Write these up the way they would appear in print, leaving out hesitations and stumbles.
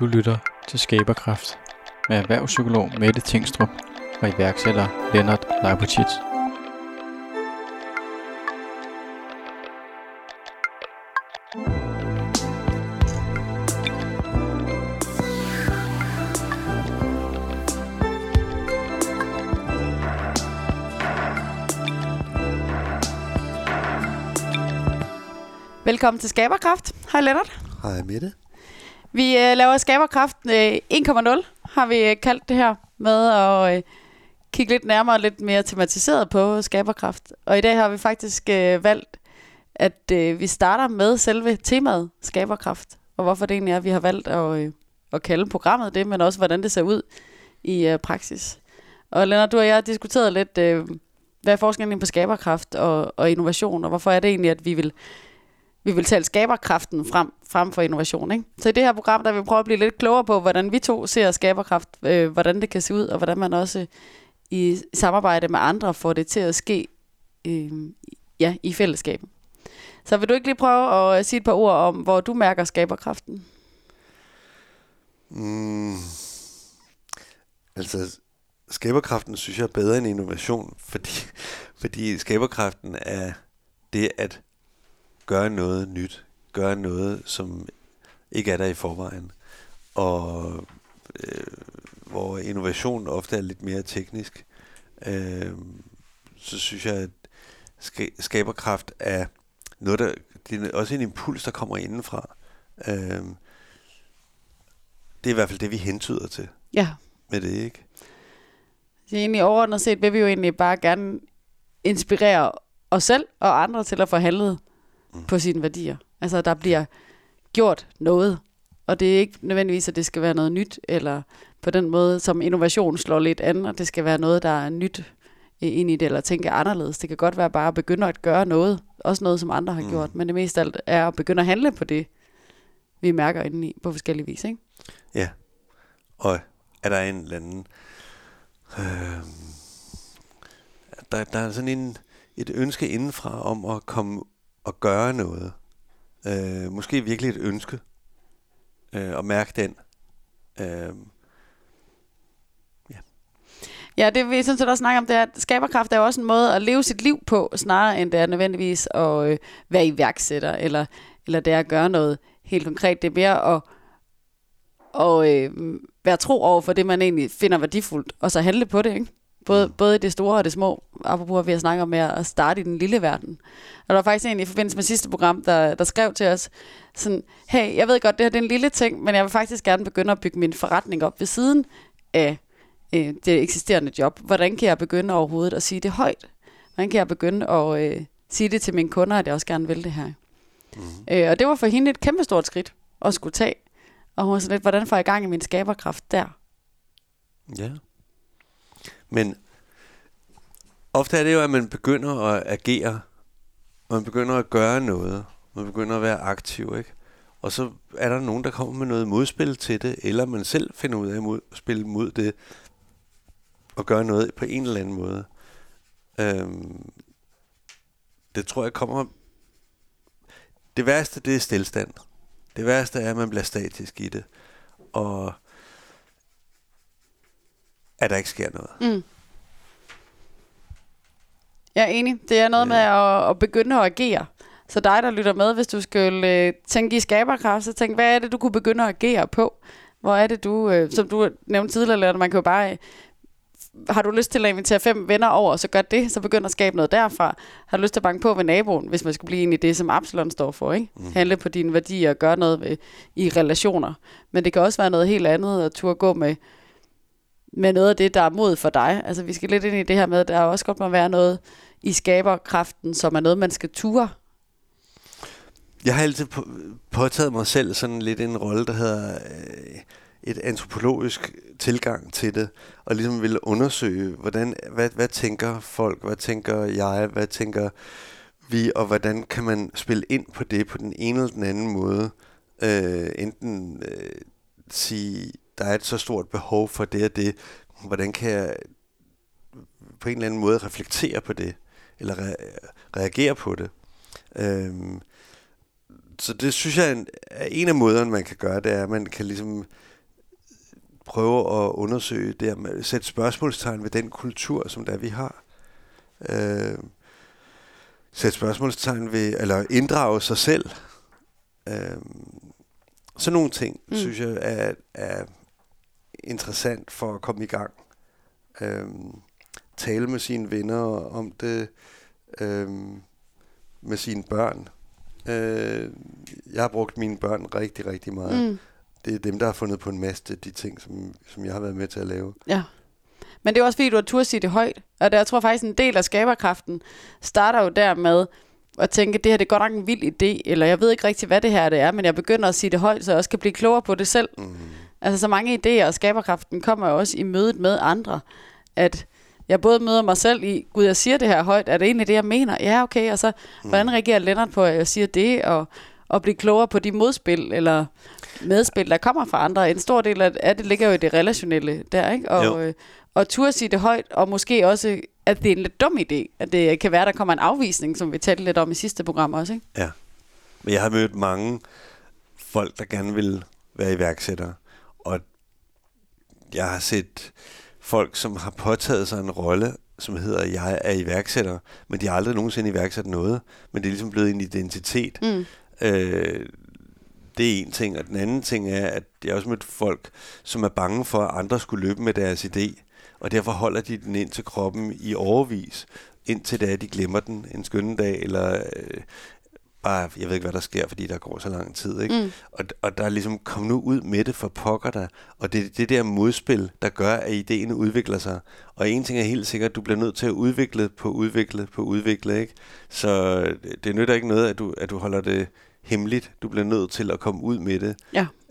Du lytter til Skaberkraft med erhvervspsykolog Mette Tingstrup og iværksætter Lennart Leibowitz. Velkommen til Skaberkraft. Hej Lennart. Hej Mette. Vi laver Skaberkraft 1.0, har vi kaldt det her, med at kigge lidt nærmere og lidt mere tematiseret på Skaberkraft. Og i dag har vi faktisk valgt, at vi starter med selve temaet Skaberkraft. Og hvorfor det egentlig er, at vi har valgt at kalde programmet det, men også hvordan det ser ud i praksis. Og Lennart, du og jeg har diskuteret lidt, hvad er forskellen på Skaberkraft og innovation, og hvorfor er det egentlig, at vi vil tale skaberkraften frem for innovation, ikke? Så i det her program, der vil vi prøve at blive lidt klogere på, hvordan vi to ser skaberkraft, hvordan det kan se ud, og hvordan man også i samarbejde med andre får det til at ske i fællesskabet. Så vil du ikke lige prøve at sige et par ord om, hvor du mærker skaberkraften? Altså, skaberkraften synes jeg er bedre end innovation, fordi skaberkraften er det at gøre noget nyt, gøre noget, som ikke er der i forvejen, og hvor innovation ofte er lidt mere teknisk, så synes jeg, at skaberkraft er noget, det er også en impuls, der kommer indenfra. Det er i hvert fald det, vi hentyder til. Ja. Med det, ikke? Det er egentlig overordnet set, vil vi jo egentlig bare gerne inspirere os selv og andre til at få handlet på sine værdier. Altså, der bliver gjort noget, og det er ikke nødvendigvis, at det skal være noget nyt, eller på den måde, som innovation slår lidt an, og det skal være noget, der er nyt ind i det, eller tænke anderledes. Det kan godt være bare at begynde at gøre noget, også noget, som andre har gjort, men det mest alt er at begynde at handle på det, vi mærker indeni på forskellige vis, ikke? Ja, og er der en eller anden der er sådan et ønske indenfra om at komme og gøre noget. Måske virkelig et ønske. Og mærke den. Ja, det vi sådan set også snakke om, det er, at skaberkraft er jo også en måde at leve sit liv på, snarere end det er nødvendigvis at være iværksætter, eller det er at gøre noget helt konkret. Det er mere at være tro over for det, man egentlig finder værdifuldt, og så handle på det, ikke? Både i det store og det små, apropos at vi har snakket om med at starte i den lille verden. Og der var faktisk en i forbindelse med sidste program, der skrev til os, sådan, hey, jeg ved godt, det her det er en lille ting, men jeg vil faktisk gerne begynde at bygge min forretning op ved siden af det eksisterende job. Hvordan kan jeg begynde overhovedet at sige det højt? Hvordan kan jeg begynde at sige det til mine kunder, at jeg også gerne vil det her? Og det var for hende et kæmpestort skridt at skulle tage. Og hun var sådan lidt, hvordan får jeg i gang i min skaberkraft der? Ja. Men ofte er det jo, at man begynder at agere, man begynder at gøre noget, man begynder at være aktiv, ikke? Og så er der nogen, der kommer med noget modspil til det, eller man selv finder ud af at spille mod det, og gøre noget på en eller anden måde. Det tror jeg kommer. Det værste, det er stillstand. Det værste er, at man bliver statisk i det, og at der ikke sker noget. Jeg er enig. Det er noget med at begynde at agere. Så dig, der lytter med, hvis du skulle tænke i skaberkraft, så tænk, hvad er det, du kunne begynde at agere på? Hvor er det, du, som du nævnte tidligere, man kan jo bare, har du lyst til at invitere 5 venner over, så gør det, så begynd at skabe noget derfra. Har du lyst til at banke på ved naboen, hvis man skulle blive en i det, som Absalon står for, ikke? Handle på dine værdier og gøre noget i relationer. Men det kan også være noget helt andet, at turde gå med noget af det, der er mod for dig. Altså, vi skal lidt ind i det her med, at der også godt må være noget i skaberkraften, som er noget, man skal ture. Jeg har altid påtaget mig selv sådan lidt en rolle, der hedder et antropologisk tilgang til det, og ligesom ville undersøge, hvad tænker folk, hvad tænker jeg, hvad tænker vi, og hvordan kan man spille ind på det på den ene eller den anden måde. Enten sige, der er et så stort behov for det og det, hvordan kan jeg på en eller anden måde reflektere på det, eller reagere på det. Så det synes jeg er en af måderne, man kan gøre, det er, at man kan ligesom prøve at undersøge det, med sætte spørgsmålstegn ved den kultur, som der vi har. Sætte spørgsmålstegn ved, eller inddrage sig selv. Sådan nogle ting, synes jeg, er interessant for at komme i gang. Tale med sine venner om det, med sine børn. Jeg har brugt mine børn rigtig, rigtig meget. Det er dem, der har fundet på en masse af de ting, som jeg har været med til at lave. Ja. Men det er også fordi, du har turde sige det højt. Og jeg tror faktisk, en del af skaberkraften starter jo dermed at tænke, det her det er godt nok en vild idé, eller jeg ved ikke rigtig, hvad det her det er, men jeg begynder at sige det højt, så jeg også kan blive klogere på det selv. Altså så mange idéer, og skaberkraften kommer jo også i mødet med andre, at jeg både møder mig selv i, gud, jeg siger det her højt, er det egentlig det, jeg mener? Ja, okay, og så hvordan reagerer Lennart på, at jeg siger det, og blive klogere på de modspil, eller medspil, der kommer fra andre. En stor del af det ligger jo i det relationelle der, ikke? Og turde sige det højt, og måske også, at det er en lidt dum idé, at det kan være, der kommer en afvisning, som vi talte lidt om i sidste program også, ikke? Ja, men jeg har mødt mange folk, der gerne vil være iværksættere, og jeg har set folk, som har påtaget sig en rolle, som hedder, jeg er iværksætter, men de har aldrig nogensinde iværksat noget, men det er ligesom blevet en identitet. Det er en ting, og den anden ting er, at jeg også mødt folk, som er bange for, at andre skulle løbe med deres idé, og derfor holder de den ind til kroppen i årevis, indtil da de glemmer den en skønne dag, eller bare, jeg ved ikke, hvad der sker, fordi der går så lang tid, ikke? Og der er ligesom, kom nu ud med det for pokker dig, og det er det der modspil, der gør, at ideen udvikler sig. Og en ting er helt sikkert, du bliver nødt til at udvikle, ikke? Så det nytter ikke noget, at du holder det hemmeligt. Du bliver nødt til at komme ud med det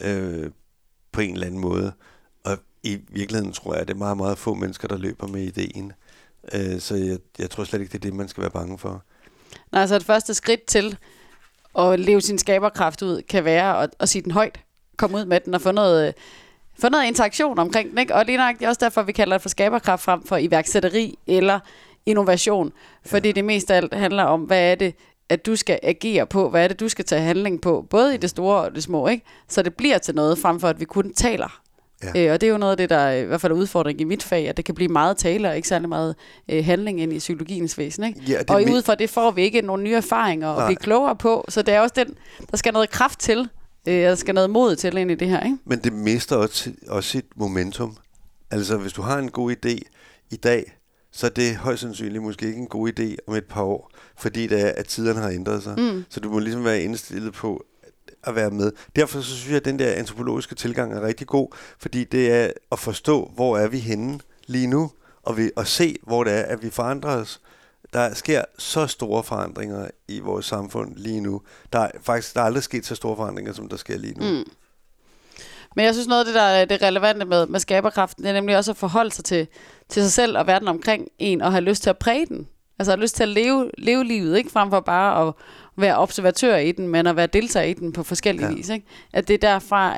på en eller anden måde. Og i virkeligheden tror jeg, at det er meget, meget få mennesker, der løber med ideen. Så jeg tror slet ikke, det er det, man skal være bange for. Nej, så det første skridt til at leve sin skaberkraft ud, kan være at sige den højt. Komme ud med den og få noget interaktion omkring den, ikke? Og lige nok, det er også derfor, vi kalder det for skaberkraft frem for iværksætteri eller innovation. Fordi det mest af alt handler om, hvad er det, at du skal agere på, hvad er det, du skal tage handling på, både i det store og det små, ikke? Så det bliver til noget, frem for at vi kun taler. Ja. Og det er jo noget af det, der er i hvert fald er udfordring i mit fag, at det kan blive meget tale og ikke særlig meget handling ind i psykologiens væsen, ikke? Ja, og ud fra det får vi ikke nogle nye erfaringer og blive klogere på, så det er også der skal noget kraft til, der skal noget mod til ind i det her, ikke? Men det mister også sit momentum. Altså hvis du har en god idé i dag, så er det højst sandsynligt måske ikke en god idé om et par år, fordi det er, at tiderne har ændret sig. Så du må ligesom være indstillet på at være med. Derfor så synes jeg, at den der antropologiske tilgang er rigtig god, fordi det er at forstå, hvor er vi henne lige nu, og se, hvor det er, at vi forandrer os. Der sker så store forandringer i vores samfund lige nu. Der er aldrig sket så store forandringer, som der sker lige nu. Men jeg synes noget af det, der er det relevante med skaberkraften, det er nemlig også at forholde sig til sig selv og verden omkring en, og have lyst til at præge den. Altså have lyst til at leve livet, ikke? Frem for bare at være observatør i den, men at være deltager i den på forskellige vis, ikke? At det er derfra,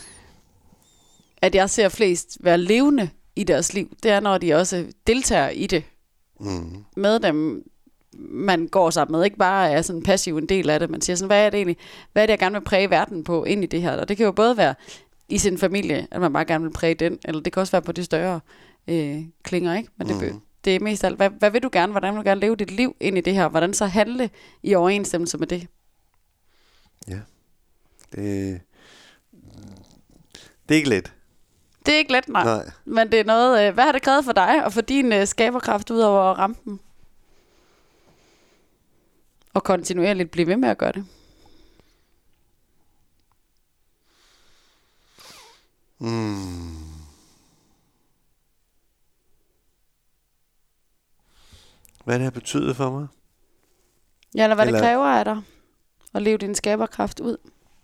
at jeg ser flest være levende i deres liv. Det er, når de også deltager i det. Med dem, man går sammen med. Ikke bare er sådan passiv en del af det. Man siger sådan, hvad er det egentlig? Hvad er det, jeg gerne vil præge verden på ind i det her? Og det kan jo både være i sin familie, at man bare gerne vil præge den, eller det kan også være på de større klinger, ikke? Men det er mest alt, hvad vil du gerne? Hvordan vil du gerne leve dit liv ind i det her? Hvordan så handle i overensstemmelse med det? Ja. Det er ikke let. Det er ikke let, nej. Men det er noget, hvad har det krævet for dig og for din skaberkraft ud over rampen? Og kontinuerligt blive ved med at gøre det? Hvad det har betydet for mig? Ja, eller hvad det kræver af dig at leve din skaberkraft ud?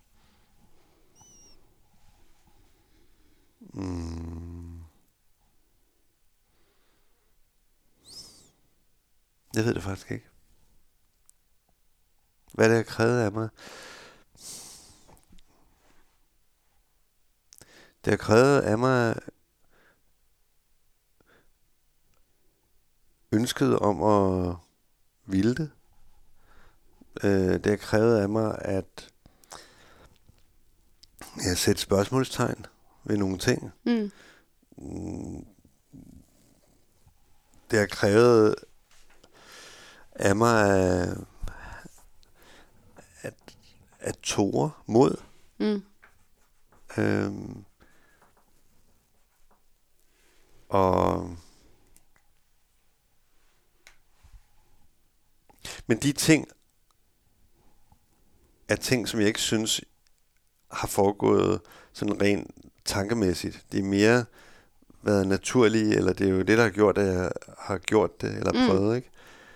Jeg ved det faktisk ikke. Hvad det har krævet af mig? Det har krævet af mig ønsket om at ville det. Det har krævet af mig at sætte spørgsmålstegn ved nogle ting. det har krævet af mig at tåre mod. Men de ting er ting, som jeg ikke synes har foregået sådan rent tankemæssigt. Det er mere været naturlige, eller det er jo det, der har gjort, at jeg har gjort det, eller prøvet, ikke?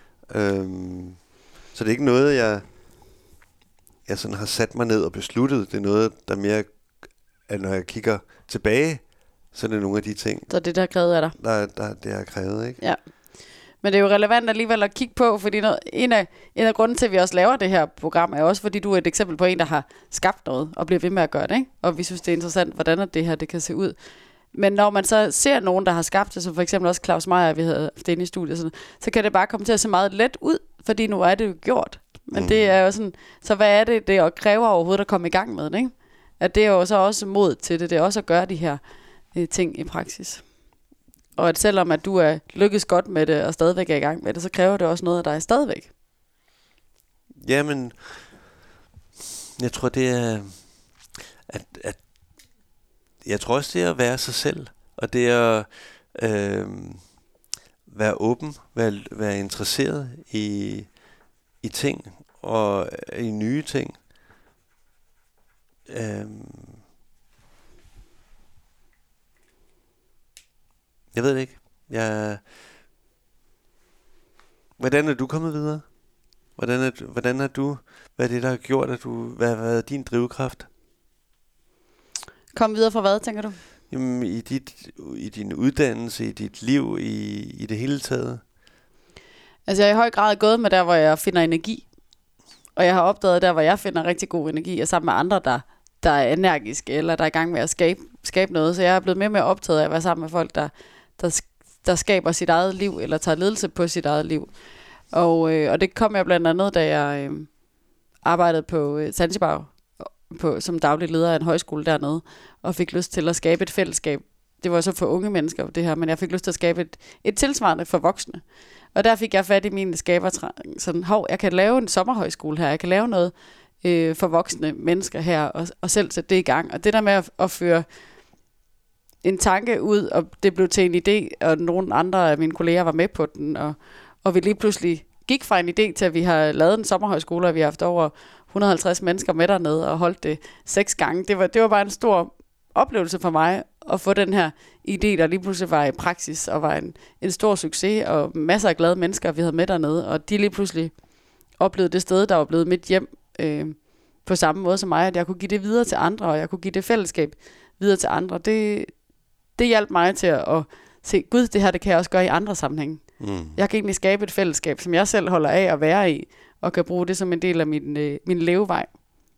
Så det er ikke noget, jeg sådan har sat mig ned og besluttet. Det er noget, der mere, at når jeg kigger tilbage, så er det nogle af de ting, så det, der har krævet af dig. Det har krævet, ikke? Ja. Men det er jo relevant alligevel at kigge på, fordi en af grunden til, at vi også laver det her program, er også, fordi du er et eksempel på en, der har skabt noget, og bliver ved med at gøre det, ikke? Og vi synes, det er interessant, hvordan det her det kan se ud. Men når man så ser nogen, der har skabt det, som for eksempel også Claus Meyer, vi havde haft inde i studiet, sådan, så kan det bare komme til at se meget let ud, fordi nu er det jo gjort. Men det er jo sådan, så hvad er det og kræver overhovedet at komme i gang med det, ikke? At det er jo så også mod til det, det er også at gøre de her ting i praksis. Og at selvom at du er lykkes godt med det, og stadigvæk er i gang med det, så kræver det også noget af dig stadigvæk. Jamen, jeg tror det er, at jeg tror også det er at være sig selv, og det er at være åben, være interesseret i ting, og i nye ting. Jeg ved det ikke. Hvordan er du kommet videre? Hvordan er du? Hvad er det, der har gjort, at hvad er din drivkraft? Kom videre fra hvad, tænker du? Jamen, i din uddannelse, i dit liv, i det hele taget. Altså, jeg er i høj grad gået med der, hvor jeg finder energi. Og jeg har opdaget der, hvor jeg finder rigtig god energi, og sammen med andre, der er energiske, eller der er i gang med at skabe noget. Så jeg er blevet mere optaget af at være sammen med folk, der skaber sit eget liv, eller tager ledelse på sit eget liv. Og det kom jeg blandt andet, da jeg arbejdede på Zanzibar, som daglig leder af en højskole dernede, og fik lyst til at skabe et fællesskab. Det var så for unge mennesker, det her, men jeg fik lyst til at skabe et tilsvarende for voksne. Og der fik jeg fat i mine skabertrang. Sådan, jeg kan lave en sommerhøjskole her, jeg kan lave noget for voksne mennesker her, og selv sætte det i gang. Og det der med at føre en tanke ud, og det blev til en idé, og nogle andre af mine kolleger var med på den, og vi lige pludselig gik fra en idé til, at vi har lavet en sommerhøjskole, og vi har haft over 150 mennesker med dernede, og holdt det 6 gange. Det var bare en stor oplevelse for mig, at få den her idé, der lige pludselig var i praksis, og var en stor succes, og masser af glade mennesker, vi havde med dernede, og de lige pludselig oplevede det sted, der var blevet mit hjem, på samme måde som mig, at jeg kunne give det videre til andre, og jeg kunne give det fællesskab videre til andre. Det hjalp mig til at se, gud, det her, det kan jeg også gøre i andre sammenhænge. Jeg kan egentlig skabe et fællesskab, som jeg selv holder af at være i, og kan bruge det som en del af min levevej.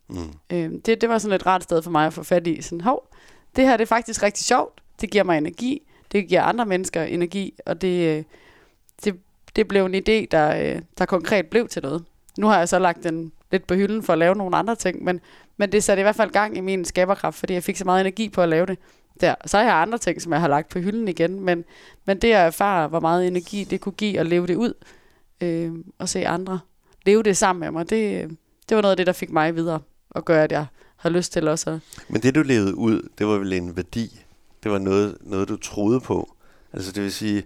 Det var sådan et rart sted for mig at få fat i. Sådan, det her det er faktisk rigtig sjovt. Det giver mig energi. Det giver andre mennesker energi. Og det blev en idé, der konkret blev til noget. Nu har jeg så lagt den lidt på hylden for at lave nogle andre ting, men det satte i hvert fald gang i min skaberkraft, fordi jeg fik så meget energi på at lave det. Der. Så har jeg andre ting, som jeg har lagt på hylden igen, men det at erfare, hvor meget energi det kunne give at leve det ud, og se andre leve det sammen med mig, det var noget af det, der fik mig videre, og gør, at jeg har lyst til også. Men det, du levede ud, det var vel en værdi? Det var noget du troede på? Altså det vil sige,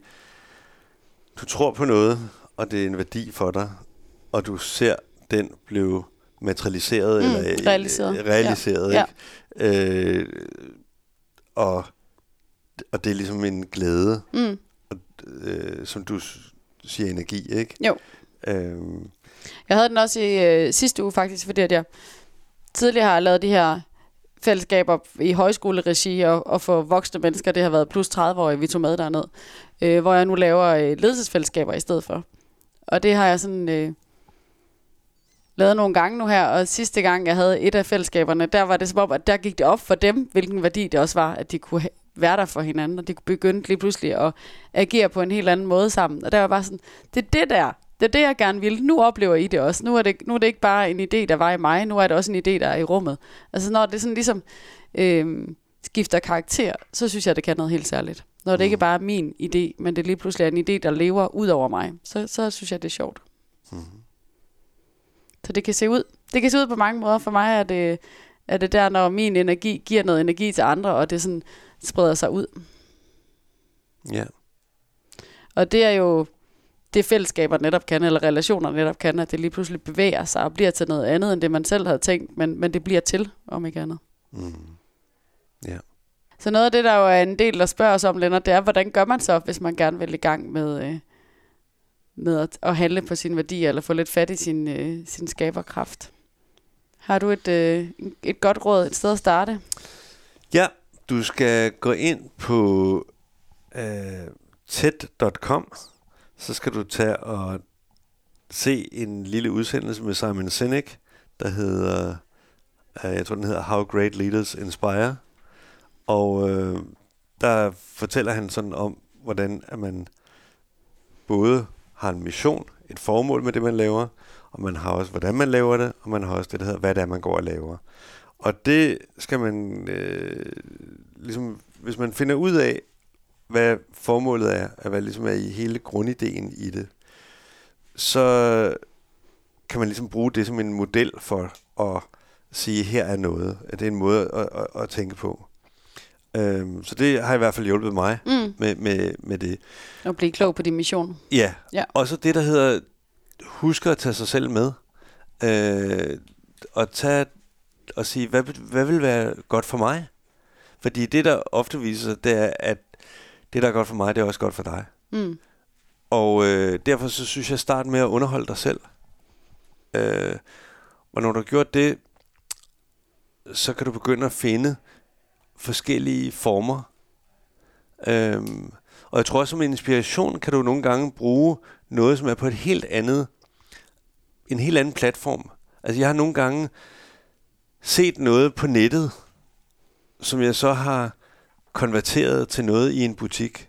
du tror på noget, og det er en værdi for dig, og du ser den blive materialiseret, eller realiseret, ja. Ikke? Og det er ligesom en glæde, som du siger energi, ikke? Jo. Jeg havde den også i sidste uge faktisk, fordi at jeg tidligere har lavet de her fællesskaber i højskoleregi og for voksne mennesker. Det har været plus 30-årige, vi tog med derned, hvor jeg nu laver ledelsesfællesskaber i stedet for. Og det har jeg sådan lavet nogle gange nu her, og sidste gang jeg havde et af fællesskaberne, der var det som om, at der gik det op for dem, hvilken værdi det også var, at de kunne være der for hinanden, og de kunne begynde lige pludselig at agere på en helt anden måde sammen. Og der var bare sådan, det er det, jeg gerne vil. Nu oplever I det også. Nu er det ikke bare en idé, der var i mig, nu er det også en idé, der er i rummet. Altså når det sådan ligesom skifter karakter, så synes jeg, det kan noget helt særligt. Når det ikke bare er min idé, men det lige pludselig er en idé, der lever ud over mig, så synes jeg, det er sjovt. Så det kan se ud. Det kan se ud på mange måder. For mig er det der, når min energi giver noget energi til andre, og det sådan spreder sig ud. Ja. Og det er jo det fællesskaber netop kan, eller relationer netop kan, at det lige pludselig bevæger sig og bliver til noget andet, end det man selv havde tænkt, men det bliver til, om ikke andet. Ja. Så noget af det, der jo er en del, der spørger os om, Lennart, det er, hvordan gør man så, hvis man gerne vil i gang med at handle på sine værdier, eller få lidt fat i sin skaberkraft. Har du et godt råd, et sted at starte? Ja, du skal gå ind på TED.com, så skal du tage og se en lille udsendelse med Simon Sinek, der hedder, jeg tror den hedder How Great Leaders Inspire, og der fortæller han sådan om, hvordan at man både har en mission, et formål med det, man laver, og man har også, hvordan man laver det, og man har også det, der hedder, hvad det er, man går og laver. Og det skal man, ligesom, hvis man finder ud af, hvad formålet er, hvad ligesom er i hele grundideen i det, så kan man ligesom bruge det som en model for at sige, her er noget. At det er en måde at tænke på. Så det har i hvert fald hjulpet mig med det. At blive klog på din mission. Ja. Og så det, der hedder, husk at tage sig selv med. Og sige, hvad vil være godt for mig? Fordi det, der ofte viser sig, det er, at det, der er godt for mig, det er også godt for dig. Og derfor så synes jeg, start med at underholde dig selv. Og når du har gjort det, så kan du begynde at finde forskellige former. Og jeg tror også, som inspiration kan du nogle gange bruge noget, som er på en helt anden platform. Altså jeg har nogle gange set noget på nettet, som jeg så har konverteret til noget i en butik.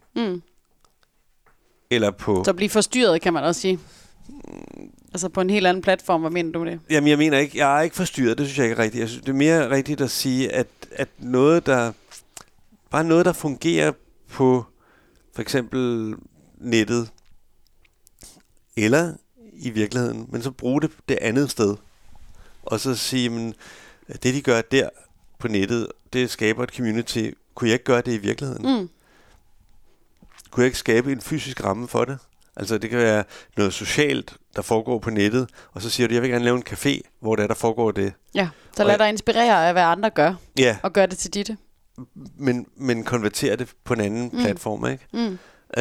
Eller på... Så blive forstyrret, kan man også sige. Altså på en helt anden platform, hvad mener du det? Jamen jeg mener ikke, jeg er ikke forstyrret, det synes jeg ikke er rigtigt. Jeg synes, det er mere rigtigt at sige, at noget, der fungerer på for eksempel nettet, eller i virkeligheden, men så bruge det andet sted. Og så sige, men det de gør der på nettet, det skaber et community. Kunne jeg ikke gøre det i virkeligheden? Kunne jeg ikke skabe en fysisk ramme for det? Altså det kan være noget socialt, der foregår på nettet, og så siger du, jeg vil gerne lave en café, hvor der foregår det. Ja, så lad dig inspirere af, hvad andre gør, og gør det til dit. Men konvertere det på en anden platform, ikke?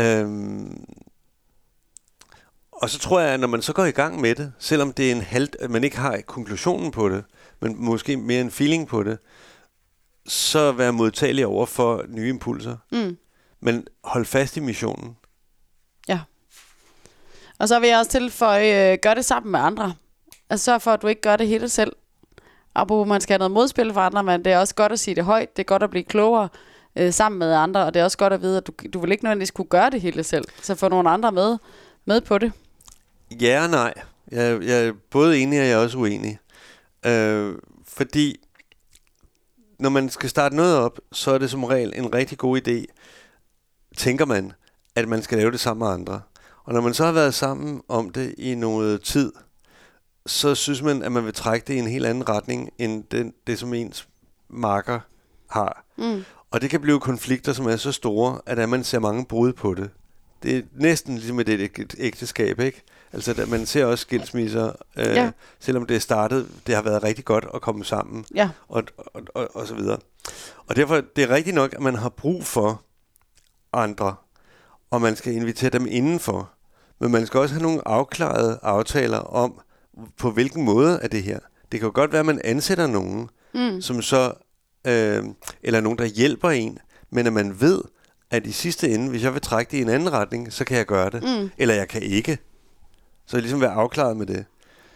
Og så tror jeg, at når man så går i gang med det, selvom det er at man ikke har konklusionen på det, men måske mere en feeling på det, så være modtagelig over for nye impulser. Men hold fast i missionen. Ja. Og så vil jeg også tilføje, gør det sammen med andre. Altså sørg for, at du ikke gør det hele selv. Og man skal have noget modspil for andre, men det er også godt at sige det højt. Det er godt at blive klogere sammen med andre, og det er også godt at vide, at du vil ikke nødvendigvis kunne gøre det hele selv. Så få nogle andre med på det. Ja og nej. Jeg er både enig, og jeg er også uenig. Fordi når man skal starte noget op, så er det som regel en rigtig god idé, tænker man, at man skal lave det sammen med andre. Og når man så har været sammen om det i noget tid, så synes man, at man vil trække det i en helt anden retning, end det som ens marker har. Og det kan blive konflikter, som er så store, at man ser mange brud på det. Det er næsten ligesom et ægteskab, ikke? Altså, man ser også skilsmisser, selvom det er startet, det har været rigtig godt at komme sammen, og så videre. Og derfor, det er rigtigt nok, at man har brug for andre, og man skal invitere dem indenfor. Men man skal også have nogle afklarede aftaler om, på hvilken måde er det her. Det kan jo godt være, at man ansætter nogen, som så, eller nogen, der hjælper en, men at man ved, at i sidste ende, hvis jeg vil trække det i en anden retning, så kan jeg gøre det. Eller jeg kan ikke. Så ligesom være afklaret med det.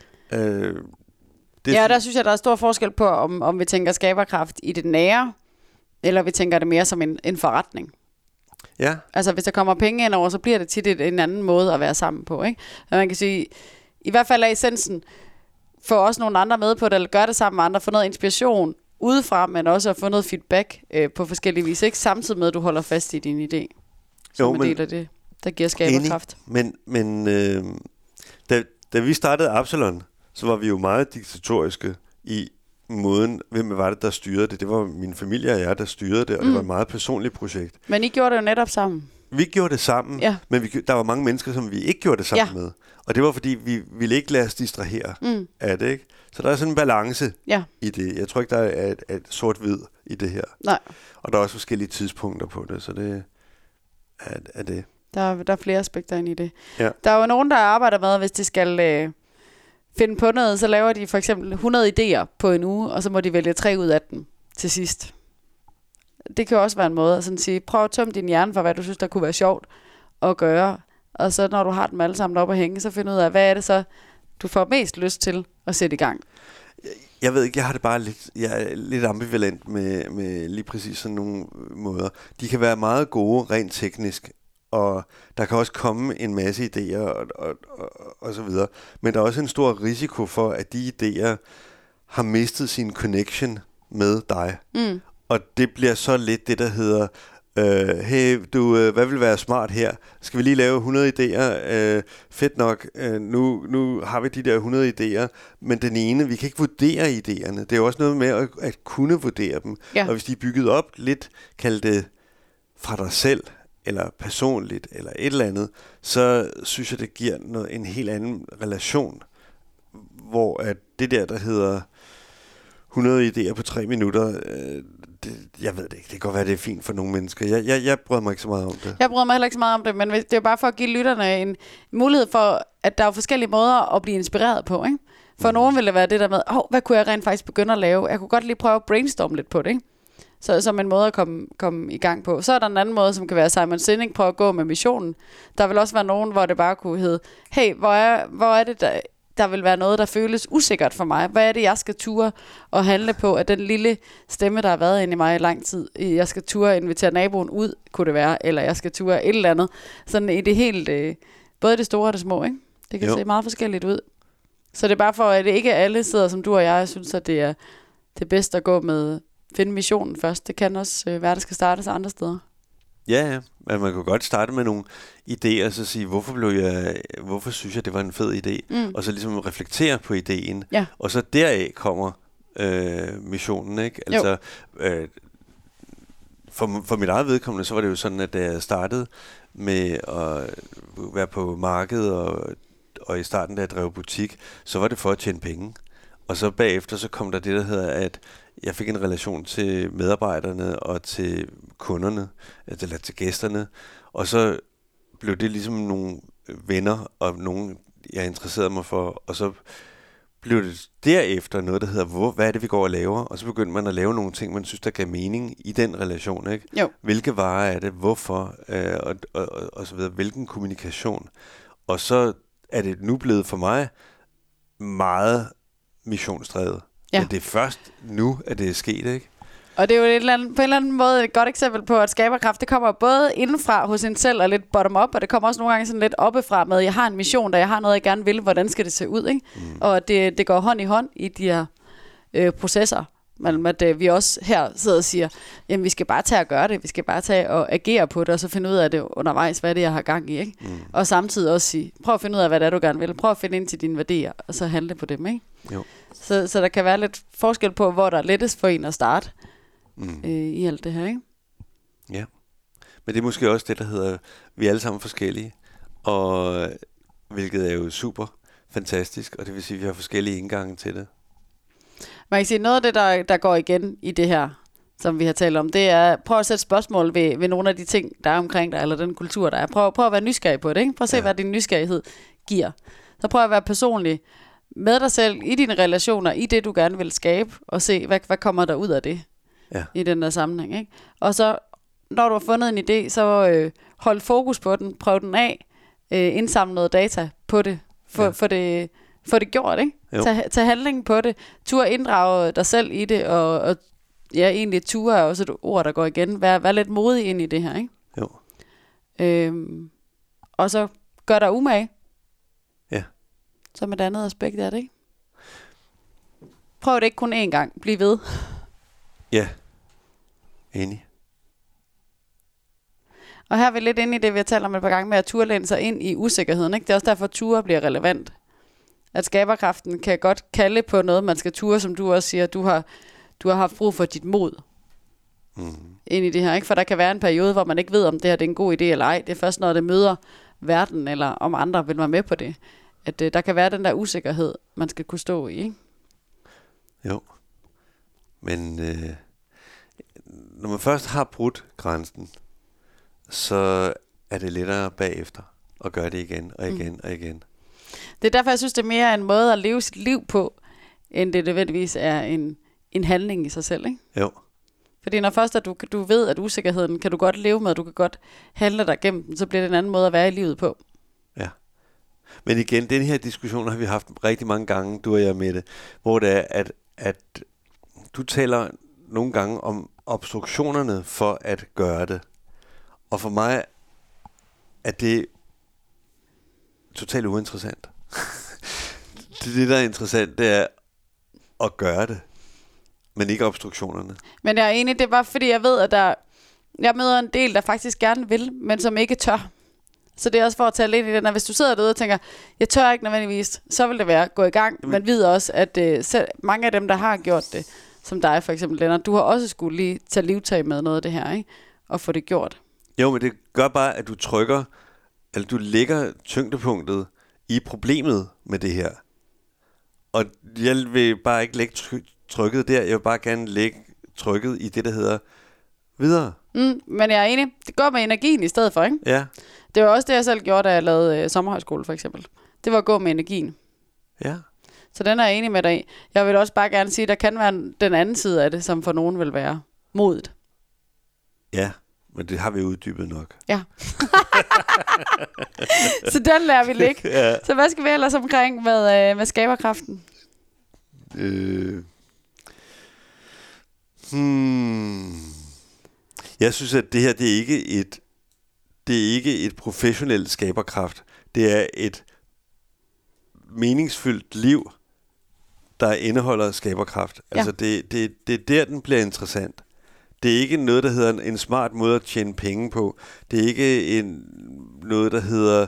Der synes jeg, der er stor forskel på, om vi tænker skaberkraft i det nære, eller vi tænker det mere som en forretning. Ja. Altså hvis der kommer penge ind over, så bliver det tit en anden måde at være sammen på, ikke? Og man kan sige, i hvert fald er essensen, få også nogle andre med på det, eller gøre det sammen med andre, få noget inspiration udefra, men også at få noget feedback på forskellige vis, ikke? Samtidig med, at du holder fast i din idé. som en del af det, der giver skaberkraft. Men da vi startede Absalon, så var vi jo meget diktatoriske i måden, hvem var det, der styrede det. Det var min familie og jeg, der styrede det, og det var et meget personligt projekt. Men I gjorde det jo netop sammen. Vi gjorde det sammen, men der var mange mennesker, som vi ikke gjorde det sammen med. Og det var, fordi vi ville ikke lade os distrahere af det, ikke? Så der er sådan en balance i det. Jeg tror ikke, der er et sort-hvid i det her. Nej. Og der er også forskellige tidspunkter på det, så det er det. Der er flere aspekter ind i det. Ja. Der er jo nogen, der arbejder med, hvis de skal finde på noget, så laver de for eksempel 100 idéer på en uge, og så må de vælge 3 ud af dem til sidst. Det kan jo også være en måde at sådan sige, prøv at tømme din hjerne for, hvad du synes, der kunne være sjovt at gøre. Og så når du har dem alle sammen op at hænge, så find ud af, hvad er det så, du får mest lyst til at sætte i gang. Jeg ved ikke, jeg har det bare jeg er lidt ambivalent med lige præcis sådan nogle måder. De kan være meget gode rent teknisk, og der kan også komme en masse idéer og så videre. Men der er også en stor risiko for, at de idéer har mistet sin connection med dig. Og det bliver så lidt det, der hedder, hey, hvad vil være smart her? Skal vi lige lave 100 idéer? Fedt nok, nu har vi de der 100 idéer, men den ene, vi kan ikke vurdere idéerne. Det er jo også noget med at kunne vurdere dem. Og hvis de er bygget op lidt, kald det fra dig selv, eller personligt, eller et eller andet, så synes jeg, det giver en helt anden relation, hvor at det der hedder 100 idéer på 3 minutter, jeg ved det ikke. Det kan godt være, det er fint for nogle mennesker. Jeg bryder mig ikke så meget om det. Jeg bryder mig heller ikke så meget om det, men det er bare for at give lytterne en mulighed for, at der er forskellige måder at blive inspireret på, ikke? For nogen vil det være det der med, hvad kunne jeg rent faktisk begynde at lave? Jeg kunne godt lige prøve at brainstorme lidt på det, ikke? Så som en måde at komme i gang på. Så er der en anden måde, som kan være Simon Sinek, prøve at gå med missionen. Der vil også være nogen, hvor det bare kunne hedde, hey, hvor er det, der vil være noget, der føles usikkert for mig. Hvad er det, jeg skal ture og handle på, at den lille stemme, der har været inde i mig i lang tid, jeg skal ture invitere naboen ud, kunne det være, eller jeg skal ture et eller andet. Sådan i det helt, både det store og det små, ikke? Det kan se meget forskelligt ud. Så det er bare for, at det ikke alle sidder som du og jeg synes, at det er det bedste at gå med, finde missionen først. Det kan også være, der skal startes andre steder. Ja, men man kan godt starte med nogle idéer, og så sige, hvorfor synes jeg, det var en fed idé? Og så ligesom reflektere på idéen, og så deraf kommer missionen, ikke? Altså, for mit eget vedkommende, så var det jo sådan, at da jeg startede med at være på markedet, og i starten, da jeg drev butik, så var det for at tjene penge. Og så bagefter, så kom der det, der hedder, at jeg fik en relation til medarbejderne og til kunderne, eller til gæsterne, og så blev det ligesom nogle venner og nogen, jeg interesserede mig for, og så blev det derefter noget, der hedder, hvad er det, vi går og laver? Og så begyndte man at lave nogle ting, man synes, der gav mening i den relation, ikke? Jo. Hvilke varer er det? Hvorfor? Og så videre. Hvilken kommunikation? Og så er det nu blevet for mig meget missionsdrevet. Ja. Men det er først nu, at det er sket, ikke? Og det er jo på en eller anden måde et godt eksempel på, at skaberkraft, det kommer både indenfra hos en selv og lidt bottom-up, og det kommer også nogle gange sådan lidt oppefra med, jeg har en mission, der jeg har noget, jeg gerne vil, hvordan skal det se ud, ikke? Og det går hånd i hånd i de her processer, mellem at vi også her sidder og siger, jamen vi skal bare tage og gøre det, vi skal bare tage og agere på det, og så finde ud af det undervejs, hvad det jeg har gang i, ikke? Og samtidig også sige, prøv at finde ud af, hvad det er, du gerne vil, prøv at finde ind til dine værdier, og så handle på dem, ikke? Jo. Så der kan være lidt forskel på, hvor der er lettest for en at starte i alt det her, ikke? Ja, men det er måske også det, der hedder, vi er alle sammen forskellige, og hvilket er jo super fantastisk, og det vil sige, at vi har forskellige indgange til det. Man kan sige, noget af det, der går igen i det her, som vi har talt om, det er, prøv at sætte spørgsmål ved nogle af de ting, der er omkring dig, eller den kultur, der er. Prøv at være nysgerrig på det, ikke? Prøv at se, hvad din nysgerrighed giver. Så prøv at være personlig med dig selv, i dine relationer, i det, du gerne vil skabe, og se, hvad kommer der ud af det i den der sammenhæng, ikke? Og så, når du har fundet en idé, så hold fokus på den, prøv den af, indsamle noget data på det, få det gjort, ikke? Tag handling på det, tur inddrage dig selv i det, og egentlig tur er også et ord, der går igen. Vær lidt modig ind i det her, ikke? Jo. Og så gør dig umage. Ja. Som et andet aspekt af det, ikke? Prøv det ikke kun én gang. Bliv ved. Ja. Enig. Og her er vi lidt inde i det, vi har talt om et par gange med at turde læne sig ind i usikkerheden. Ikke? Det er også derfor, at ture bliver relevant. At skaberkraften kan godt kalde på noget, man skal ture, som du også siger, du har haft brug for dit mod ind i det her. Ikke? For der kan være en periode, hvor man ikke ved, om det her det er en god idé eller ej. Det er først, når det møder verden, eller om andre vil være med på det. At der kan være den der usikkerhed, man skal kunne stå i. Ikke? Jo. Men når man først har brudt grænsen, så er det lettere bagefter at gøre det igen og igen og igen. Det er derfor, jeg synes, det er mere en måde at leve sit liv på, end det nødvendigvis er en handling i sig selv. Ikke? Jo. Fordi når først at du ved, at usikkerheden kan du godt leve med, du kan godt handle dig gennem den, så bliver det en anden måde at være i livet på. Ja. Men igen, den her diskussion har vi haft rigtig mange gange, du og jeg, Mette, hvor det er, at du taler nogle gange om obstruktionerne for at gøre det. Og for mig er det totalt uinteressant. Det, der er interessant, det er at gøre det, men ikke obstruktionerne. Men jeg er enig, det er bare fordi, jeg ved, at jeg møder en del, der faktisk gerne vil, men som ikke tør. Så det er også for at tage lidt i den, at hvis du sidder derude og tænker, jeg tør ikke nødvendigvis, så vil det være gå i gang. Man ved også, at selv mange af dem, der har gjort det, som dig for eksempel, Lennart, du har også skulle lige tage livtag med noget af det her, ikke? Og få det gjort. Jo, men det gør bare, at du lægger tyngdepunktet i problemet med det her. Og jeg vil bare ikke lægge trykket der, jeg vil bare gerne lægge trykket i det, der hedder videre. Men jeg er enig, det går med energien i stedet for, ikke? Ja. Det var også det, jeg selv gjorde, da jeg lavede sommerhøjskole for eksempel. Det var at gå med energien. Ja. Så den er jeg enig med dig i. Jeg vil også bare gerne sige, at der kan være den anden side af det, som for nogen vil være modet. Ja, men det har vi uddybet nok. Ja. Så den lader vi ligge. Ja. Så hvad skal vi ellers omkring med skaberkraften? Jeg synes, at det her, det er ikke et professionelt skaberkraft. Det er et meningsfyldt liv, der indeholder skaberkraft. Ja. Altså, det er der, den bliver interessant. Det er ikke noget, der hedder en smart måde at tjene penge på. Det er ikke noget, der hedder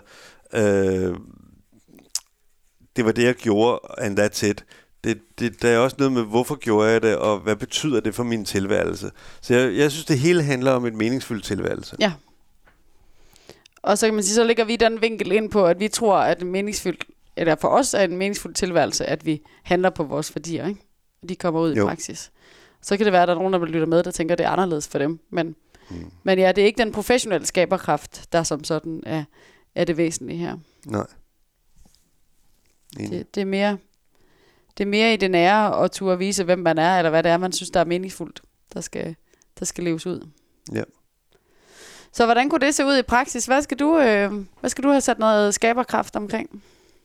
det var det, jeg gjorde, and that's it. Der er også noget med, hvorfor gjorde jeg det, og hvad betyder det for min tilværelse. Så jeg synes, det hele handler om et meningsfyldt tilværelse. Ja. Og så kan man sige, så lægger vi den vinkel ind på, at vi tror, at eller for os er en meningsfuld tilværelse, at vi handler på vores værdier, ikke? De kommer ud i praksis. Så kan det være, at der er nogen, der lytter med, der tænker, at det er anderledes for dem. Men ja, det er ikke den professionelle skaberkraft, der som sådan er det væsentlige her. Nej. Det er mere i det nære og turde vise, hvem man er, eller hvad det er, man synes, der er meningsfuldt, der skal leves ud. Ja. Så hvordan kunne det se ud i praksis? Hvad skal du have sat noget skaberkraft omkring?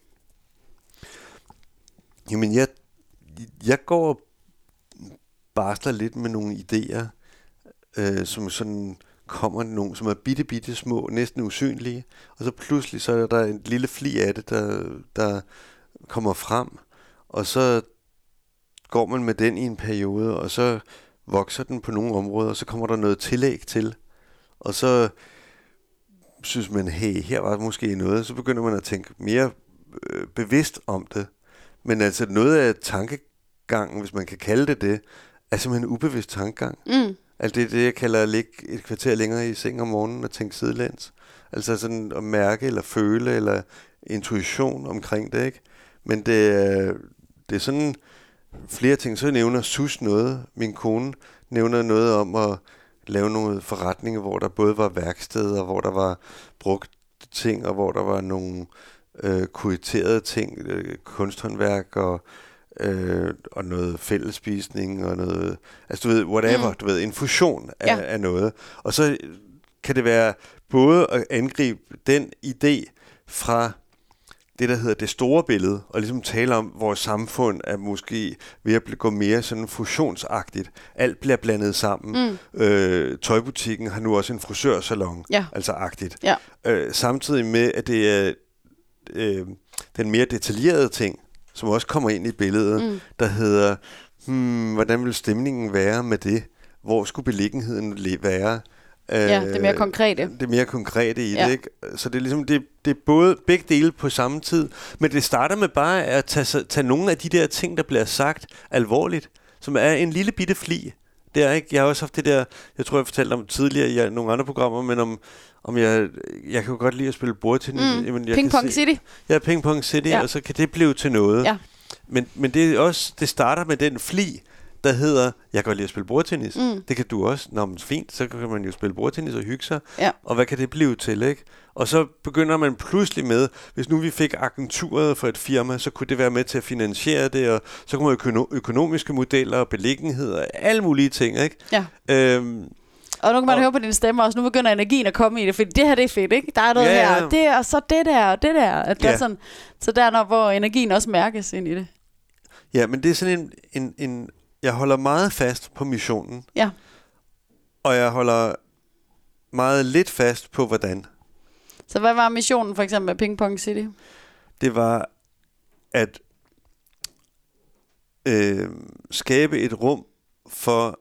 Jamen, jeg går og barsler lidt med nogle idéer, som sådan kommer nogle, som er bitte små, næsten usynlige, og så pludselig så er der en lille fli af det, der kommer frem, og så går man med den i en periode, og så vokser den på nogle områder, og så kommer der noget tillæg til, og så synes man, hey, her var måske noget, så begynder man at tænke mere bevidst om det. Men altså noget af tankegangen, hvis man kan kalde det, er simpelthen en ubevidst tankegang. Altså det er det, jeg kalder at ligge et kvarter længere i seng om morgenen og tænke sidelæns. Altså sådan at mærke eller føle eller intuition omkring det, ikke? Men det er sådan flere ting. Så nævner Sus noget. Min kone nævner noget om at lave nogle forretninger, hvor der både var værksteder, hvor der var brugt ting, og hvor der var nogle kuraterede ting, kunsthåndværk og noget fællesspisning og noget, altså du ved, whatever, du ved, en fusion af noget. Og så kan det være både at angribe den idé fra det, der hedder det store billede, og ligesom tale om, vores samfund er måske ved at gå mere sådan fusionsagtigt. Alt bliver blandet sammen. Tøjbutikken har nu også en frisørsalon, altså agtigt. Ja. Samtidig med, at det er den mere detaljerede ting, som også kommer ind i billedet, der hedder, hvordan vil stemningen være med det? Hvor skulle beliggenheden være? det er mere konkrete. Det er mere konkrete i det, ikke? Så det er ligesom, det er både begge dele på samme tid. Men det starter med bare at tage nogle af de der ting, der bliver sagt alvorligt, som er en lille bitte fli. Det er ikke. Jeg har også haft det der, jeg tror jeg fortalte om tidligere i nogle andre programmer, men om jeg kan jo godt lide at spille bordtennis. Ping Pong City. Ja, Ping Pong City, og så kan det blive til noget. Ja. Men det er også, det starter med den fli, der hedder, jeg kan godt lide at spille bordtennis. Det kan du også. Nå, men fint, så kan man jo spille bordtennis og hygge sig. Ja. Og hvad kan det blive til, ikke? Og så begynder man pludselig med, hvis nu vi fik agenturet for et firma, så kunne det være med til at finansiere det, og så kunne man økonomiske modeller og beliggenheder og alle mulige ting, ikke? Ja. Og nu kan man høre på din stemme også, nu begynder energien at komme i det, for det her det er fedt, ikke? Der er noget her, det og så det der og det der. At det er sådan, så der er hvor energien også mærkes ind i det. Ja, men det er sådan en jeg holder meget fast på missionen. Ja. Og jeg holder meget lidt fast på hvordan. Så hvad var missionen for eksempel med Ping Pong City? Det var at skabe et rum for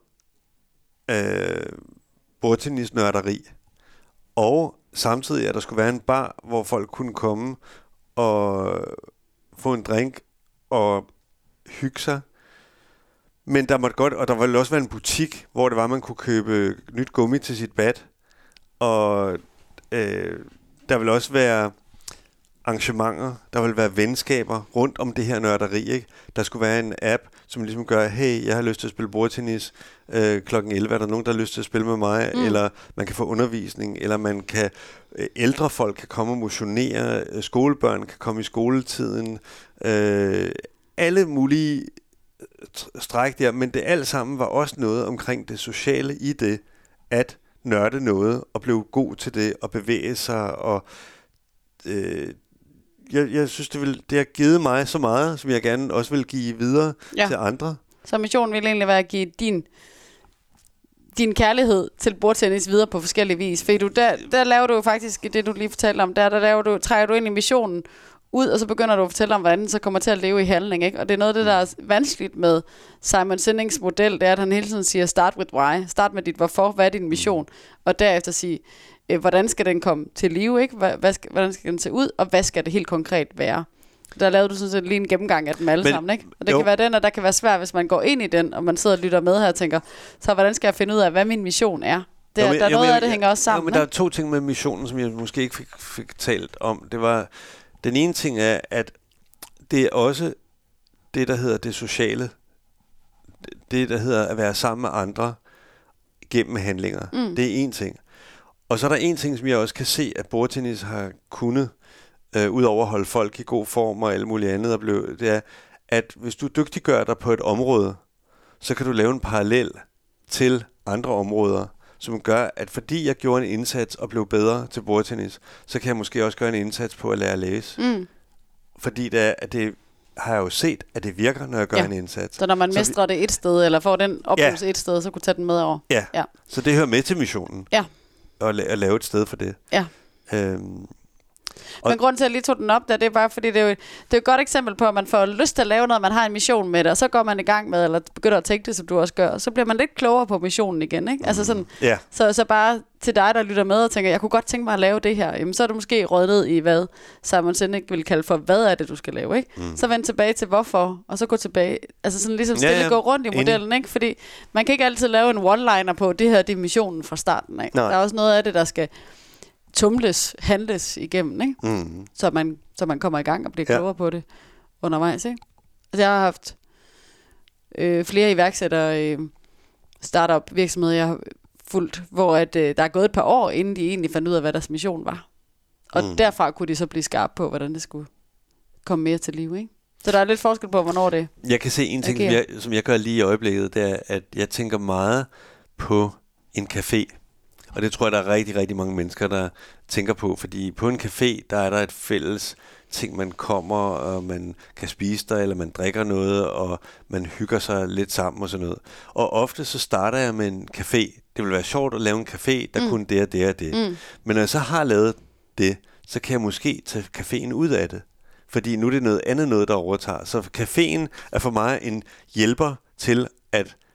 bordtennisnørderi. Og samtidig at der skulle være en bar, hvor folk kunne komme og få en drink og hygge sig. Men der måtte godt, og der ville også være en butik, hvor det var, man kunne købe nyt gummi til sit bat. Og der ville også være arrangementer, der ville være venskaber rundt om det her nørderi, ikke? Der skulle være en app, som ligesom gør, hey, jeg har lyst til at spille bordtennis klokken 11, er der nogen, der har lyst til at spille med mig? Eller man kan få undervisning, eller man kan, ældre folk kan komme og motionere, skolebørn kan komme i skoletiden, alle mulige stræk der, men det alt sammen var også noget omkring det sociale i det, at nørde noget, og blive god til det, og bevæge sig, og jeg synes, det har givet mig så meget, som jeg gerne også vil give videre til andre. Så missionen ville egentlig være at give din kærlighed til bordtennis videre på forskellige vis, for der laver du jo faktisk det, du lige fortalte om, trækker du ind i missionen ud, og så begynder du at fortælle om, hvordan den så kommer til at leve i handling, ikke? Og det er noget af det, der er vanskeligt med Simon Sinings model, det er, at han hele tiden siger, start with why, start med dit hvorfor, hvad er din mission, og derefter sige, hvordan skal den komme til live, ikke? Hvordan skal den se ud, og hvad skal det helt konkret være? Der lavede du sådan set lige en gennemgang af dem alle sammen, ikke? Og det kan være den, og der kan være svært, hvis man går ind i den, og man sidder og lytter med her og tænker, så hvordan skal jeg finde ud af, hvad min mission er? Noget af det hænger også sammen, men der er to ting med missionen, som jeg måske ikke fik talt om. Det var, den ene ting er, at det er også det, der hedder det sociale. Det, der hedder at være sammen med andre gennem handlinger. Det er en ting. Og så er der en ting, som jeg også kan se, at bordtennis har kunnet, udover at holde folk i god form og alt muligt andet, det er, at hvis du dygtiggør dig på et område, så kan du lave en parallel til andre områder, som gør, at fordi jeg gjorde en indsats og blev bedre til bordtennis, så kan jeg måske også gøre en indsats på at lære at læse. Fordi det har jeg jo set, at det virker, når jeg gør en indsats. Så når man mestrer det et sted, eller får den oplevelse et sted, så kunne tage den med over. Ja. Så det hører med til missionen. Ja. At lave et sted for det. Ja. Men grunden til, at jeg lige tog den op, det er bare, fordi det er et godt eksempel på, at man får lyst til at lave noget, man har en mission med det, og så går man i gang med, eller begynder at tænke det, som du også gør, og så bliver man lidt klogere på missionen igen, ikke? Altså sådan, så bare til dig, der lytter med og tænker, jeg kunne godt tænke mig at lave det her, jamen så er du måske røget ned i, hvad Simon Sinek vil kalde for, hvad er det, du skal lave, ikke? Så vend tilbage til hvorfor, og så gå tilbage, altså sådan ligesom stille gå rundt i modellen, ikke? Fordi man kan ikke altid lave en one-liner på, det her det er missionen fra starten, ikke? Der er også noget af det, der skal handles igennem, ikke? Så man kommer i gang og bliver klogere på det undervejs, ikke? Altså, jeg har haft flere iværksættere, startup virksomheder, jeg har fulgt, hvor at, der er gået et par år, inden de egentlig fandt ud af, hvad deres mission var. Og derfra kunne de så blive skarpe på, hvordan det skulle komme mere til liv, ikke? Så der er lidt forskel på, hvornår det Jeg kan se en ting, som jeg gør lige i øjeblikket, det er, at jeg tænker meget på en café. Og det tror jeg, der er rigtig, rigtig mange mennesker, der tænker på. Fordi på en café, der er der et fælles ting, man kommer, og man kan spise der, eller man drikker noget, og man hygger sig lidt sammen og sådan noget. Og ofte så starter jeg med en café. Det vil være sjovt at lave en café, der kun det og det og det. Men når jeg så har lavet det, så kan jeg måske tage caféen ud af det. Fordi nu er det noget andet, der overtager. Så caféen er for mig en hjælper til at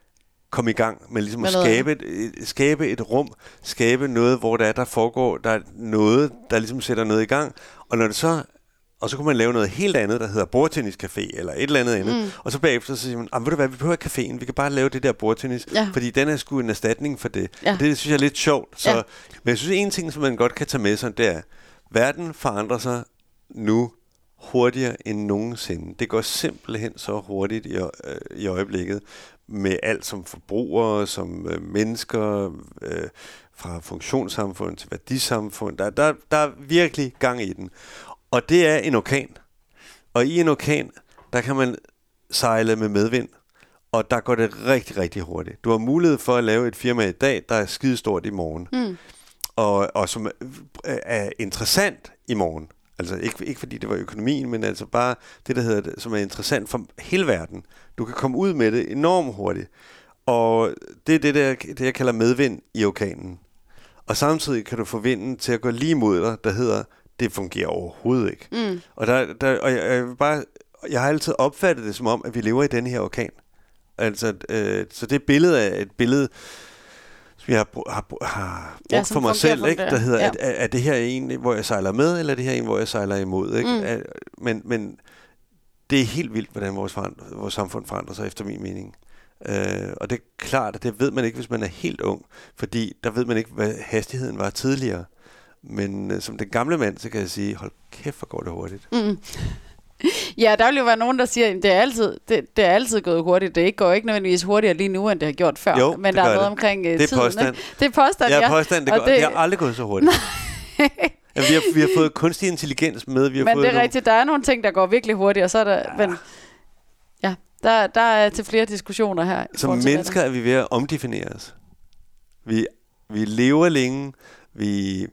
komme i gang med ligesom at skabe et rum, skabe noget, hvor der er noget, der ligesom sætter noget i gang, og når det så og så kunne man lave noget helt andet, der hedder bordtenniscafé, eller et eller andet. Og så bagefter så siger man, ved du hvad, vi behøver caféen, vi kan bare lave det der bordtennis, fordi den er sgu en erstatning for det. Ja. Det synes jeg er lidt sjovt. Så, men jeg synes, en ting, som man godt kan tage med sig, det er, verden forandrer sig nu hurtigere end nogensinde. Det går simpelthen så hurtigt i øjeblikket, med alt som forbrugere, som mennesker, fra funktionssamfund til værdisamfund. Der er virkelig gang i den. Og det er en orkan. Og i en orkan, der kan man sejle med medvind. Og der går det rigtig, rigtig hurtigt. Du har mulighed for at lave et firma i dag, der er skidestort i morgen. Og som er interessant i morgen. Altså ikke fordi det var økonomien, men altså bare det, der hedder det, som er interessant for hele verden. Du kan komme ud med det enormt hurtigt. Og det er det jeg kalder medvind i orkanen. Og samtidig kan du få vinden til at gå lige mod dig, der hedder, det fungerer overhovedet ikke. Og jeg har altid opfattet det som om, at vi lever i den her orkan. Altså, så det billede er et billede, som jeg har brugt for mig selv, ikke? Der hedder, er det her en, hvor jeg sejler med, eller er det her en, hvor jeg sejler imod? Ikke? Men det er helt vildt, hvordan vores samfund forandrer sig, efter min mening. Og det er klart, at det ved man ikke, hvis man er helt ung, fordi der ved man ikke, hvad hastigheden var tidligere. Men som den gamle mand, så kan jeg sige, hold kæft, hvor går det hurtigt. Ja, der vil jo være nogen, der siger, at det er altid gået hurtigt. Det går ikke nødvendigvis hurtigere lige nu, end det har gjort før. Jo, men der er noget omkring tiden. Det er påstand. Det er påstand, ja. Påstand, det har aldrig gået så hurtigt. Ja, vi har fået kunstig intelligens med. Men det er rigtigt, der er nogle ting, der går virkelig hurtigt, og så er der... Ja. Men, ja, der er til flere diskussioner her. Som mennesker er vi ved at omdefinere os. Vi lever længe, vi...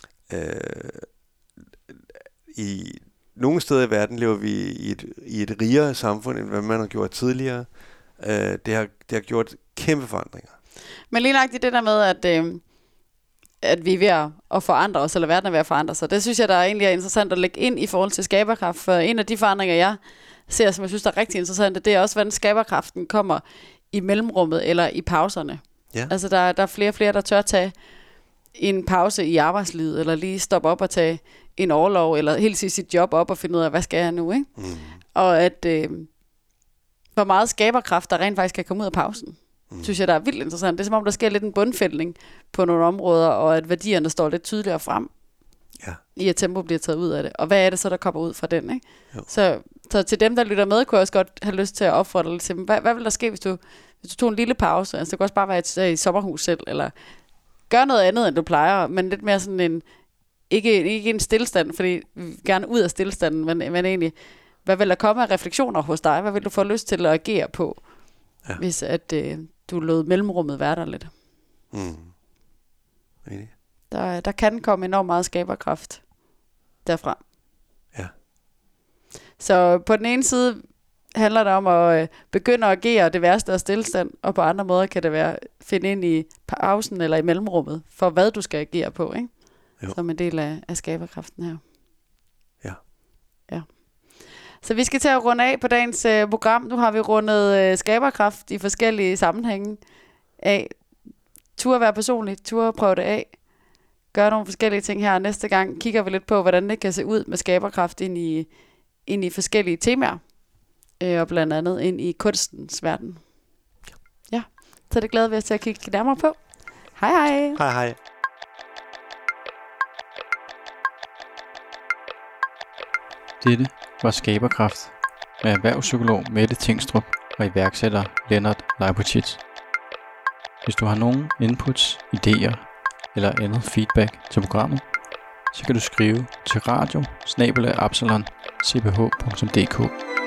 I nogle steder i verden lever vi i et rigere samfund, end hvad man har gjort tidligere. Det har gjort kæmpe forandringer. Men lige nøjagtigt det der med, at vi er ved at forandre os, eller verden er ved at forandre sig, det synes jeg, der egentlig er interessant at lægge ind i forhold til skaberkraft. For en af de forandringer, jeg ser, som jeg synes, der er rigtig interessante, det er også, hvordan skaberkraften kommer i mellemrummet eller i pauserne. Ja. Altså, der er flere og flere, der tør tage en pause i arbejdslivet, eller lige stoppe op og tage en orlov, eller helt sige sit job op og finde ud af, hvad skal jeg nu, ikke? Og at hvor meget skaberkraft, der rent faktisk kan komme ud af pausen, synes jeg, der er vildt interessant. Det er som om, der sker lidt en bundfældning på nogle områder, og at værdierne står lidt tydeligere frem, i at tempo bliver taget ud af det. Og hvad er det så, der kommer ud fra den, ikke? Så til dem, der lytter med, kunne jeg også godt have lyst til at opfordre lidt til dem. Hvad vil der ske, hvis du tog en lille pause? Altså, det kunne også bare være i sommerhus selv, eller gør noget andet, end du plejer, men lidt mere sådan en, ikke en stillestand, fordi vi vil gerne ud af stillestanden, men egentlig, hvad vil der komme af refleksioner hos dig? Hvad vil du få lyst til at agere på, hvis at du lod mellemrummet være der lidt? Der kan komme enormt meget skaberkraft derfra. Ja. Så på den ene side handler det om at begynde at agere det værste af stillestand, og på andre måder kan det være finde ind i pausen eller i mellemrummet, for hvad du skal agere på, ikke? Som en del af skaberkraften her. Ja. Så vi skal til at runde af på dagens program. Nu har vi rundet skaberkraft i forskellige sammenhænge af. Tur at være personlig, tur at prøve det af. Gør nogle forskellige ting her. Næste gang kigger vi lidt på, hvordan det kan se ud med skaberkraft ind i forskellige temaer. Og blandt andet ind i kunstens verden. Ja, så det glæder vi os til at kigge nærmere på. Hej hej. Hej hej. Dette var Skaberkraft med erhvervspsykolog Mette Tingstrup og iværksætter Lennart Leibovic. Hvis du har nogen inputs, idéer eller andet feedback til programmet, så kan du skrive til radio@absalon.cph.dk.